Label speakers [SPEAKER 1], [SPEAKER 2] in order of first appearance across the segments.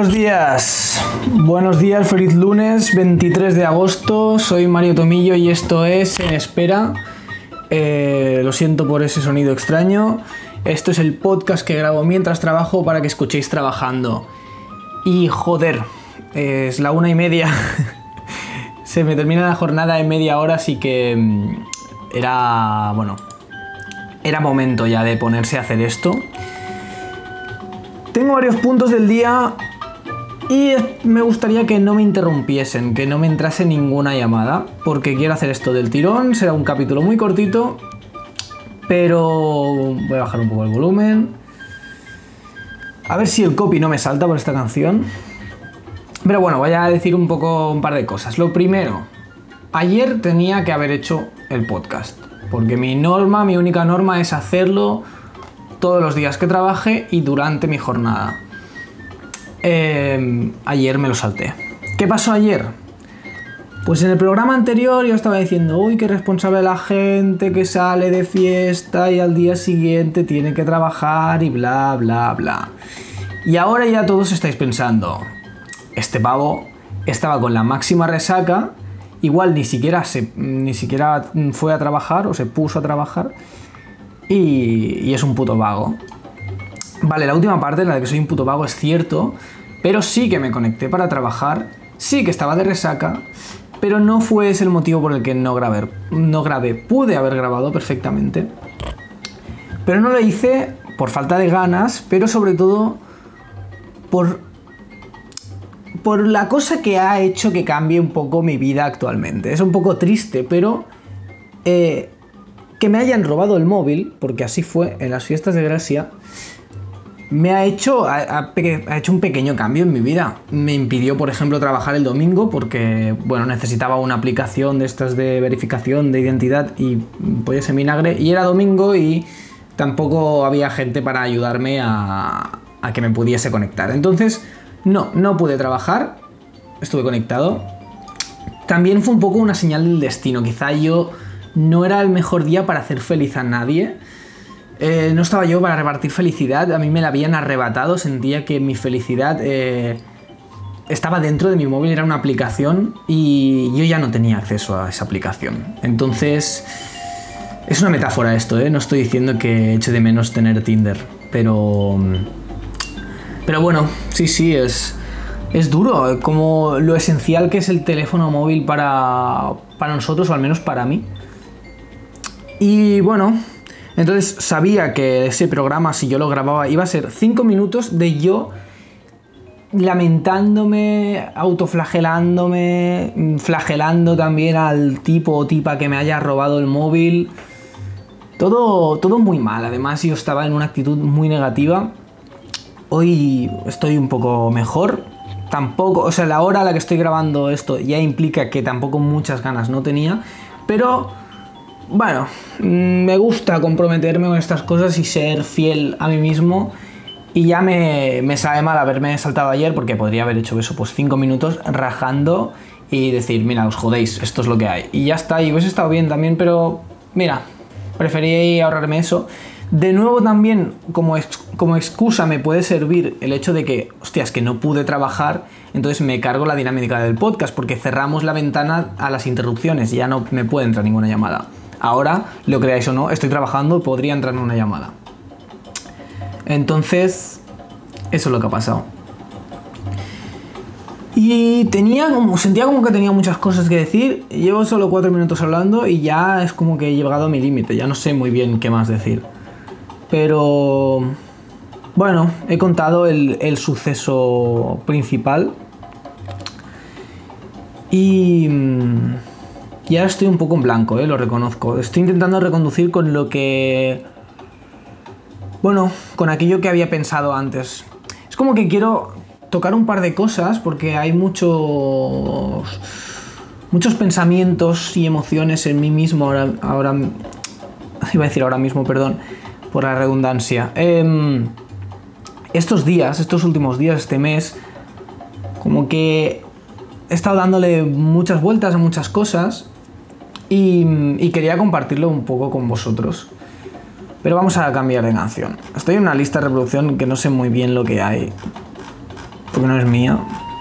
[SPEAKER 1] Buenos días, feliz lunes 23 de agosto, soy Mario Tomillo y esto es En Espera. Lo siento por ese sonido extraño. Esto es el podcast que grabo mientras trabajo para que escuchéis trabajando. Y joder, es la 1:30. Se me termina la jornada en media hora, así que era momento ya de ponerse a hacer esto. Tengo varios puntos del día y me gustaría que no me interrumpiesen, que no me entrase ninguna llamada, porque quiero hacer esto del tirón. Será un capítulo muy cortito, pero voy a bajar un poco el volumen. A ver si el copy no me salta por esta canción. Pero bueno, voy a decir un par de cosas. Lo primero, ayer tenía que haber hecho el podcast, porque mi única norma es hacerlo todos los días que trabaje y durante mi jornada. Ayer me lo salté. ¿Qué pasó ayer? Pues en el programa anterior yo estaba diciendo, uy, qué responsable la gente que sale de fiesta y al día siguiente tiene que trabajar y bla, bla, bla. Y ahora ya todos estáis pensando, este pavo estaba con la máxima resaca, igual ni siquiera fue a trabajar o se puso a trabajar y es un puto vago. Vale, la última parte, la de que soy un puto vago, es cierto, pero sí que me conecté para trabajar, sí que estaba de resaca, pero no fue ese el motivo por el que no grabé. Pude haber grabado perfectamente, pero no lo hice por falta de ganas, pero sobre todo por la cosa que ha hecho que cambie un poco mi vida actualmente. Es un poco triste, pero que me hayan robado el móvil, porque así fue en las fiestas de Gracia, me ha hecho un pequeño cambio en mi vida. Me impidió, por ejemplo, trabajar el domingo porque, necesitaba una aplicación de estas de verificación de identidad y podía ser vinagre, y era domingo y tampoco había gente para ayudarme a que me pudiese conectar. Entonces, no pude trabajar, estuve conectado. También fue un poco una señal del destino. Quizá yo no era el mejor día para hacer feliz a nadie. No estaba yo para repartir felicidad. A mí me la habían arrebatado. Sentía que mi felicidad estaba dentro de mi móvil. Era una aplicación y yo ya no tenía acceso a esa aplicación. Entonces, es una metáfora esto, ¿eh? No estoy diciendo que eche de menos tener Tinder. Pero bueno, sí, es duro. Como lo esencial que es el teléfono móvil para nosotros, o al menos para mí. Y bueno, entonces sabía que ese programa, si yo lo grababa, iba a ser 5 minutos de yo lamentándome, autoflagelándome, flagelando también al tipo o tipa que me haya robado el móvil. Todo muy mal. Además, yo estaba en una actitud muy negativa. Hoy estoy un poco mejor. Tampoco, la hora a la que estoy grabando esto ya implica que tampoco muchas ganas no tenía. Pero bueno, me gusta comprometerme con estas cosas y ser fiel a mí mismo. Y ya me sabe mal haberme saltado ayer, porque podría haber hecho eso, pues 5 minutos rajando y decir, mira, os jodéis, esto es lo que hay. Y ya está, y hubiese estado bien también, pero mira, preferí ahorrarme eso. De nuevo también, como excusa me puede servir el hecho de que, hostias, que no pude trabajar, entonces me cargo la dinámica del podcast, porque cerramos la ventana a las interrupciones y ya no me puede entrar ninguna llamada. Ahora, lo creáis o no, estoy trabajando y podría entrar en una llamada. Entonces, eso es lo que ha pasado. Y sentía como que tenía muchas cosas que decir. Llevo solo 4 minutos hablando y ya es como que he llegado a mi límite. Ya no sé muy bien qué más decir. Pero bueno, he contado el suceso principal. Y ahora estoy un poco en blanco, lo reconozco. Estoy intentando reconducir con lo que... con aquello que había pensado antes. Es como que quiero tocar un par de cosas porque hay muchos pensamientos y emociones en mí mismo ahora iba a decir ahora mismo, perdón por la redundancia. Estos últimos días, este mes, como que he estado dándole muchas vueltas a muchas cosas y quería compartirlo un poco con vosotros. Pero vamos a cambiar de canción. Estoy en una lista de reproducción que no sé muy bien lo que hay. porque no es mía,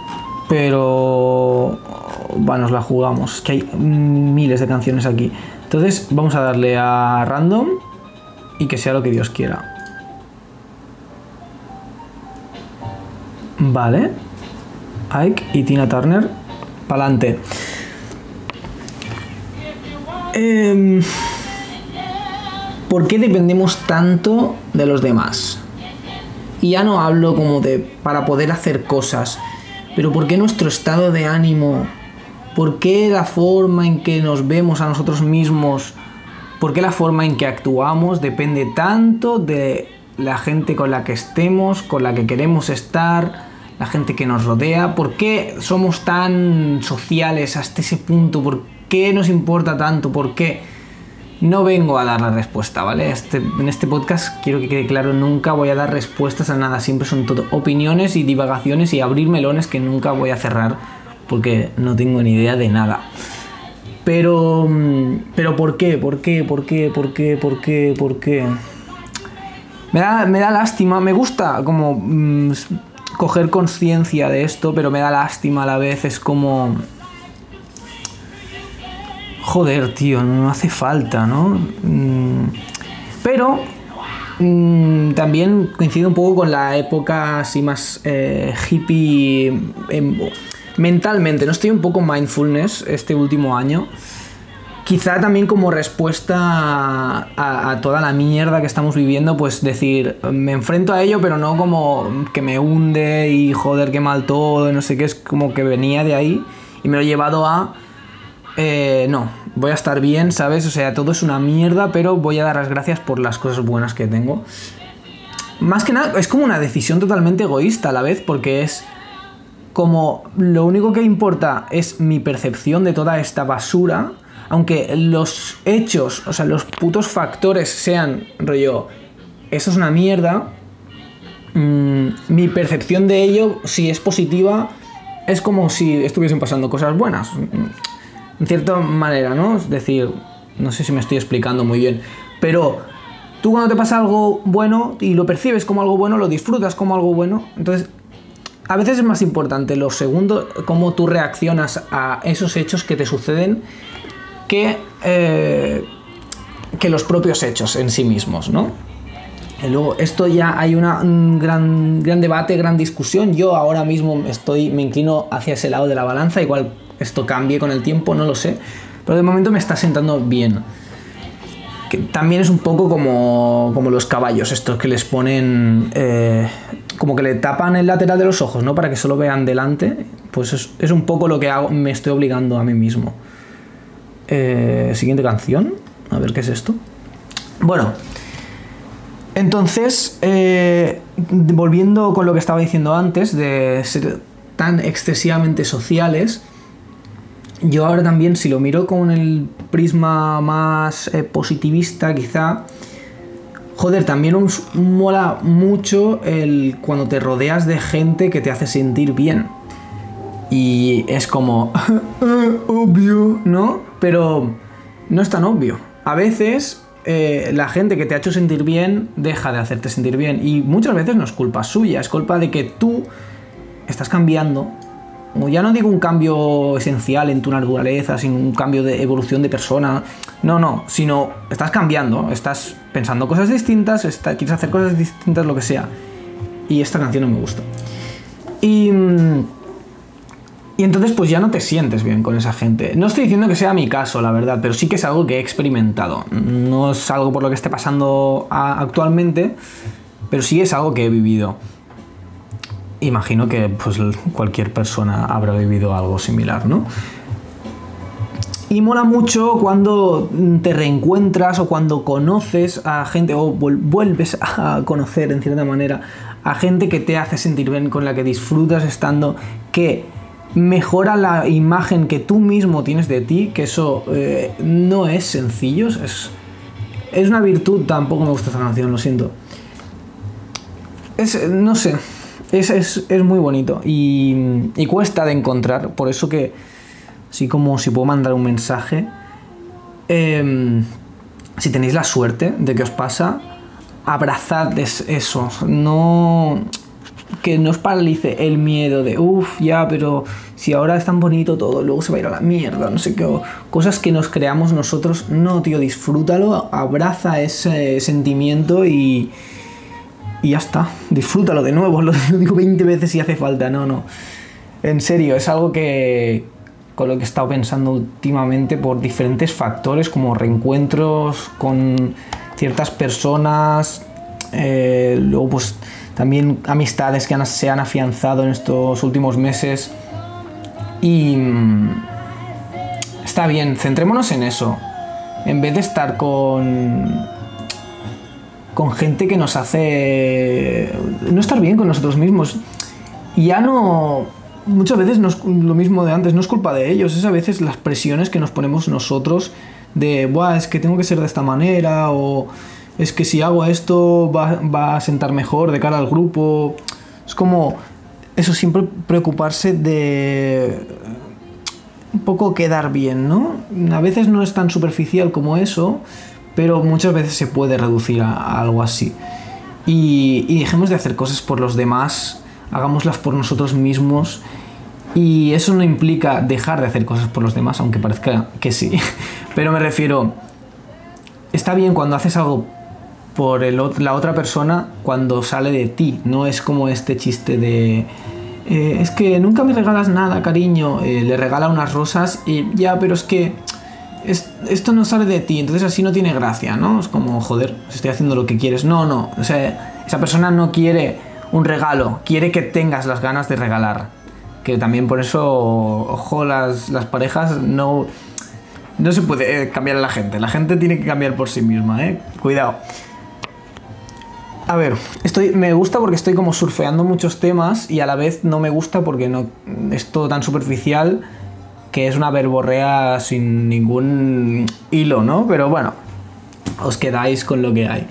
[SPEAKER 1] pero bueno, nos la jugamos. Es que hay miles de canciones aquí. Entonces vamos a darle a random y que sea lo que Dios quiera. Vale. Ike y Tina Turner. Pa'lante. ¿Por qué dependemos tanto de los demás? Y ya no hablo como de para poder hacer cosas, pero ¿por qué nuestro estado de ánimo? ¿Por qué la forma en que nos vemos a nosotros mismos? ¿Por qué la forma en que actuamos depende tanto de la gente con la que estemos, con la que queremos estar, la gente que nos rodea? ¿Por qué somos tan sociales hasta ese punto? ¿Por qué nos importa tanto? ¿Por qué? No vengo a dar la respuesta, ¿vale? En este podcast quiero que quede claro, nunca voy a dar respuestas a nada, siempre son todo opiniones y divagaciones y abrir melones que nunca voy a cerrar porque no tengo ni idea de nada. Pero ¿por qué? ¿Por qué? ¿Por qué? ¿Por qué? ¿Por qué? ¿Por qué? Me da lástima, me gusta como coger conciencia de esto, pero me da lástima a la vez, es como... Joder, tío, no hace falta, ¿no? Pero también coincide un poco con la época así más hippie mentalmente, ¿no? Estoy un poco mindfulness este último año. Quizá también como respuesta a toda la mierda que estamos viviendo, pues decir, me enfrento a ello, pero no como que me hunde y joder, qué mal todo, y no sé qué, es como que venía de ahí y me lo he llevado a... no, voy a estar bien, ¿sabes? O sea, todo es una mierda, pero voy a dar las gracias por las cosas buenas que tengo. Más que nada, es como una decisión totalmente egoísta a la vez, porque es como lo único que importa es mi percepción de toda esta basura, aunque los hechos, o sea, los putos factores sean, rollo, eso es una mierda, mi percepción de ello, si es positiva, es como si estuviesen pasando cosas buenas. En cierta manera, ¿no? Es decir, no sé si me estoy explicando muy bien, pero tú cuando te pasa algo bueno y lo percibes como algo bueno, lo disfrutas como algo bueno, entonces a veces es más importante lo segundo, cómo tú reaccionas a esos hechos que te suceden que los propios hechos en sí mismos, ¿no? Y luego, esto ya hay un gran debate, gran discusión. Yo ahora mismo me inclino hacia ese lado de la balanza, igual esto cambie con el tiempo, no lo sé, pero de momento me está sentando bien. Que también es un poco como los caballos, estos que les ponen como que le tapan el lateral de los ojos, ¿no? Para que solo vean delante. Pues es un poco lo que hago, me estoy obligando a mí mismo. Siguiente canción, a ver qué es esto. Bueno, entonces volviendo con lo que estaba diciendo antes de ser tan excesivamente sociales, yo ahora también, si lo miro con el prisma más positivista, quizá, joder, también mola mucho cuando te rodeas de gente que te hace sentir bien. Y es como, obvio, ¿no? Pero no es tan obvio. A veces la gente que te ha hecho sentir bien deja de hacerte sentir bien. Y muchas veces no es culpa suya, es culpa de que tú estás cambiando. O ya no digo un cambio esencial en tu naturaleza, sin un cambio de evolución de persona, no, sino estás cambiando, estás pensando cosas distintas, quieres hacer cosas distintas, lo que sea. Y esta canción no me gusta. Y entonces pues ya no te sientes bien con esa gente. No estoy diciendo que sea mi caso, la verdad, pero sí que es algo que he experimentado. No es algo por lo que esté pasando actualmente, pero sí es algo que he vivido. Imagino que pues cualquier persona habrá vivido algo similar, ¿no? Y mola mucho cuando te reencuentras o cuando conoces a gente o vuelves a conocer en cierta manera a gente que te hace sentir bien, con la que disfrutas estando, que mejora la imagen que tú mismo tienes de ti, que eso no es sencillo, es una virtud. Tampoco me gusta esta canción, lo siento. No sé. Es muy bonito y cuesta de encontrar, por eso que, así como si puedo mandar un mensaje, si tenéis la suerte de que os pasa, abrazad eso, no que nos paralice el miedo de, uff, ya, pero si ahora es tan bonito todo, luego se va a ir a la mierda, no sé qué, cosas que nos creamos nosotros. No, tío, disfrútalo, abraza ese sentimiento y ya está, disfrútalo de nuevo, lo digo 20 veces si hace falta, no. En serio, es algo que con lo que he estado pensando últimamente por diferentes factores, como reencuentros con ciertas personas, luego pues también amistades que se han afianzado en estos últimos meses. Y está bien, centrémonos en eso, en vez de estar con gente que nos hace no estar bien con nosotros mismos. Y ya no, muchas veces no es lo mismo de antes, no es culpa de ellos, es a veces las presiones que nos ponemos nosotros de, buah, es que tengo que ser de esta manera, o es que si hago esto va a sentar mejor de cara al grupo. Es como eso, siempre preocuparse de un poco quedar bien, ¿no? A veces no es tan superficial como eso, pero muchas veces se puede reducir a algo así. Y dejemos de hacer cosas por los demás, hagámoslas por nosotros mismos. Y eso no implica dejar de hacer cosas por los demás, aunque parezca que sí. Pero me refiero, está bien cuando haces algo por la otra persona cuando sale de ti. No es como este chiste de es que nunca me regalas nada, cariño. Le regala unas rosas y ya, pero es que esto no sale de ti, entonces así no tiene gracia, ¿no? Es como, joder, estoy haciendo lo que quieres. No, o sea, esa persona no quiere un regalo, quiere que tengas las ganas de regalar. Que también por eso, ojo, las parejas no se puede cambiar a la gente tiene que cambiar por sí misma, cuidado. A ver, me gusta porque estoy como surfeando muchos temas y a la vez no me gusta porque no es todo tan superficial que es una verborrea sin ningún hilo, ¿no? Pero bueno, os quedáis con lo que hay.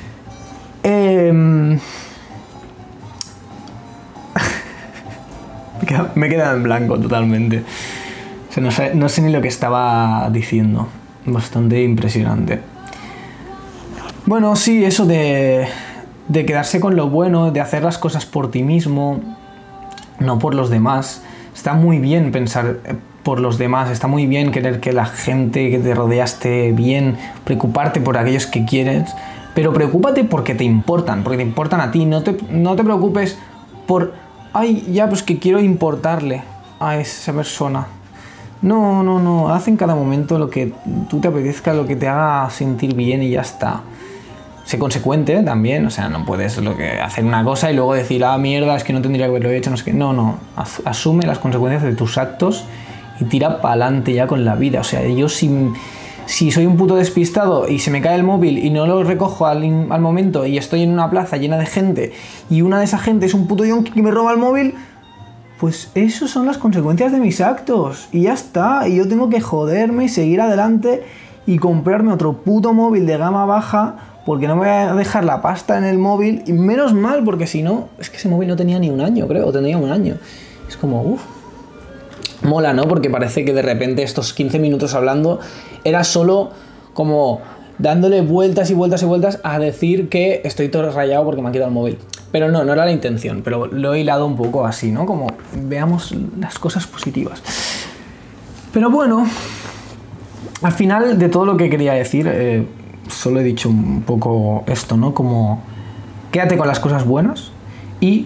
[SPEAKER 1] Me he quedado en blanco totalmente. O sea, no sé ni lo que estaba diciendo. Bastante impresionante. Bueno, sí, eso de quedarse con lo bueno, de hacer las cosas por ti mismo, no por los demás. Está muy bien pensar por los demás, está muy bien querer que la gente que te rodea esté bien, preocuparte por aquellos que quieres, pero preocúpate porque te importan a ti. No te preocupes por, ay, ya, pues que quiero importarle a esa persona. No, haz en cada momento lo que tú te apetezca, lo que te haga sentir bien y ya está. Sé consecuente también, o sea, no puedes hacer una cosa y luego decir, mierda, es que no tendría que haberlo hecho, no sé qué. No, asume las consecuencias de tus actos y tira para adelante ya con la vida. O sea, yo si soy un puto despistado y se me cae el móvil y no lo recojo al momento y estoy en una plaza llena de gente y una de esa gente es un puto yonki que me roba el móvil, pues eso son las consecuencias de mis actos y ya está. Y yo tengo que joderme y seguir adelante y comprarme otro puto móvil de gama baja porque no me voy a dejar la pasta en el móvil. Y menos mal, porque si no, es que ese móvil no tenía ni un año, creo, o tenía un año. Es como, mola, ¿no? Porque parece que de repente estos 15 minutos hablando era solo como dándole vueltas y vueltas y vueltas a decir que estoy todo rayado porque me han quitado el móvil. Pero no era la intención, pero lo he hilado un poco así, ¿no? Como veamos las cosas positivas. Pero bueno, al final de todo lo que quería decir, solo he dicho un poco esto, ¿no? Como quédate con las cosas buenas y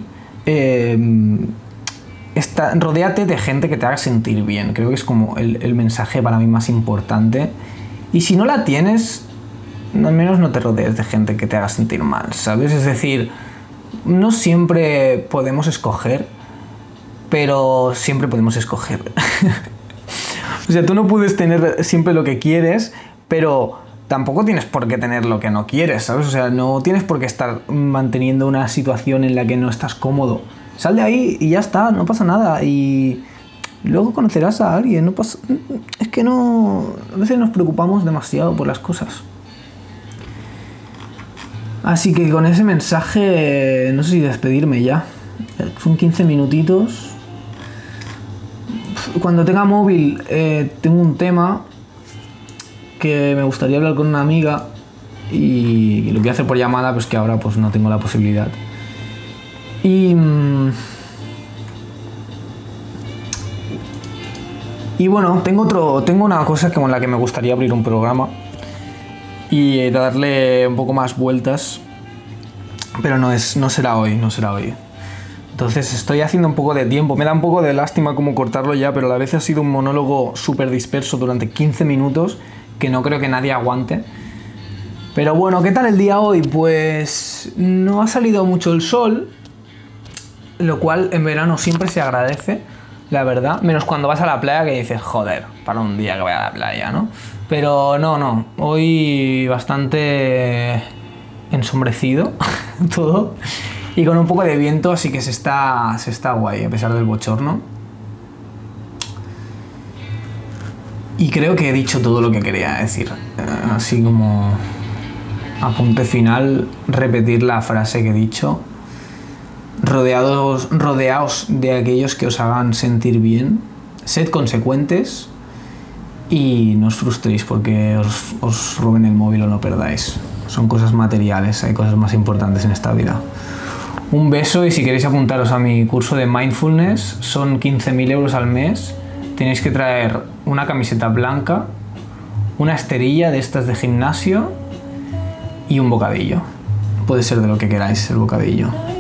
[SPEAKER 1] rodéate de gente que te haga sentir bien. Creo que es como el mensaje para mí más importante. Y si no la tienes, al menos no te rodees de gente que te haga sentir mal, ¿sabes? Es decir, no siempre podemos escoger, pero siempre podemos escoger. O sea, tú no puedes tener siempre lo que quieres, pero tampoco tienes por qué tener lo que no quieres, ¿sabes? O sea, no tienes por qué estar manteniendo una situación en la que no estás cómodo. Sal de ahí y ya está, no pasa nada. Y luego conocerás a alguien. Es que no... A veces nos preocupamos demasiado por las cosas. Así que con ese mensaje, no sé si despedirme ya. Son 15 minutitos. Cuando tenga móvil, tengo un tema que me gustaría hablar con una amiga y lo voy a hacer por llamada, pues que ahora pues no tengo la posibilidad. Y... Y bueno, tengo una cosa con la que me gustaría abrir un programa y darle un poco más vueltas, pero no será hoy. Entonces estoy haciendo un poco de tiempo, me da un poco de lástima como cortarlo ya, pero a la vez ha sido un monólogo súper disperso durante 15 minutos que no creo que nadie aguante. Pero bueno, ¿qué tal el día hoy? Pues no ha salido mucho el sol, lo cual en verano siempre se agradece, la verdad, menos cuando vas a la playa que dices, joder, para un día que voy a la playa, ¿no? Pero no, hoy bastante ensombrecido todo y con un poco de viento, así que se está guay a pesar del bochorno. Y creo que he dicho todo lo que quería decir, así como apunte final, repetir la frase que he dicho. Rodeaos de aquellos que os hagan sentir bien, sed consecuentes y no os frustréis porque os roben el móvil o lo perdáis. Son cosas materiales, hay cosas más importantes en esta vida. Un beso y si queréis apuntaros a mi curso de mindfulness, son 15.000 euros al mes. Tenéis que traer una camiseta blanca, una esterilla de estas de gimnasio y un bocadillo. Puede ser de lo que queráis el bocadillo.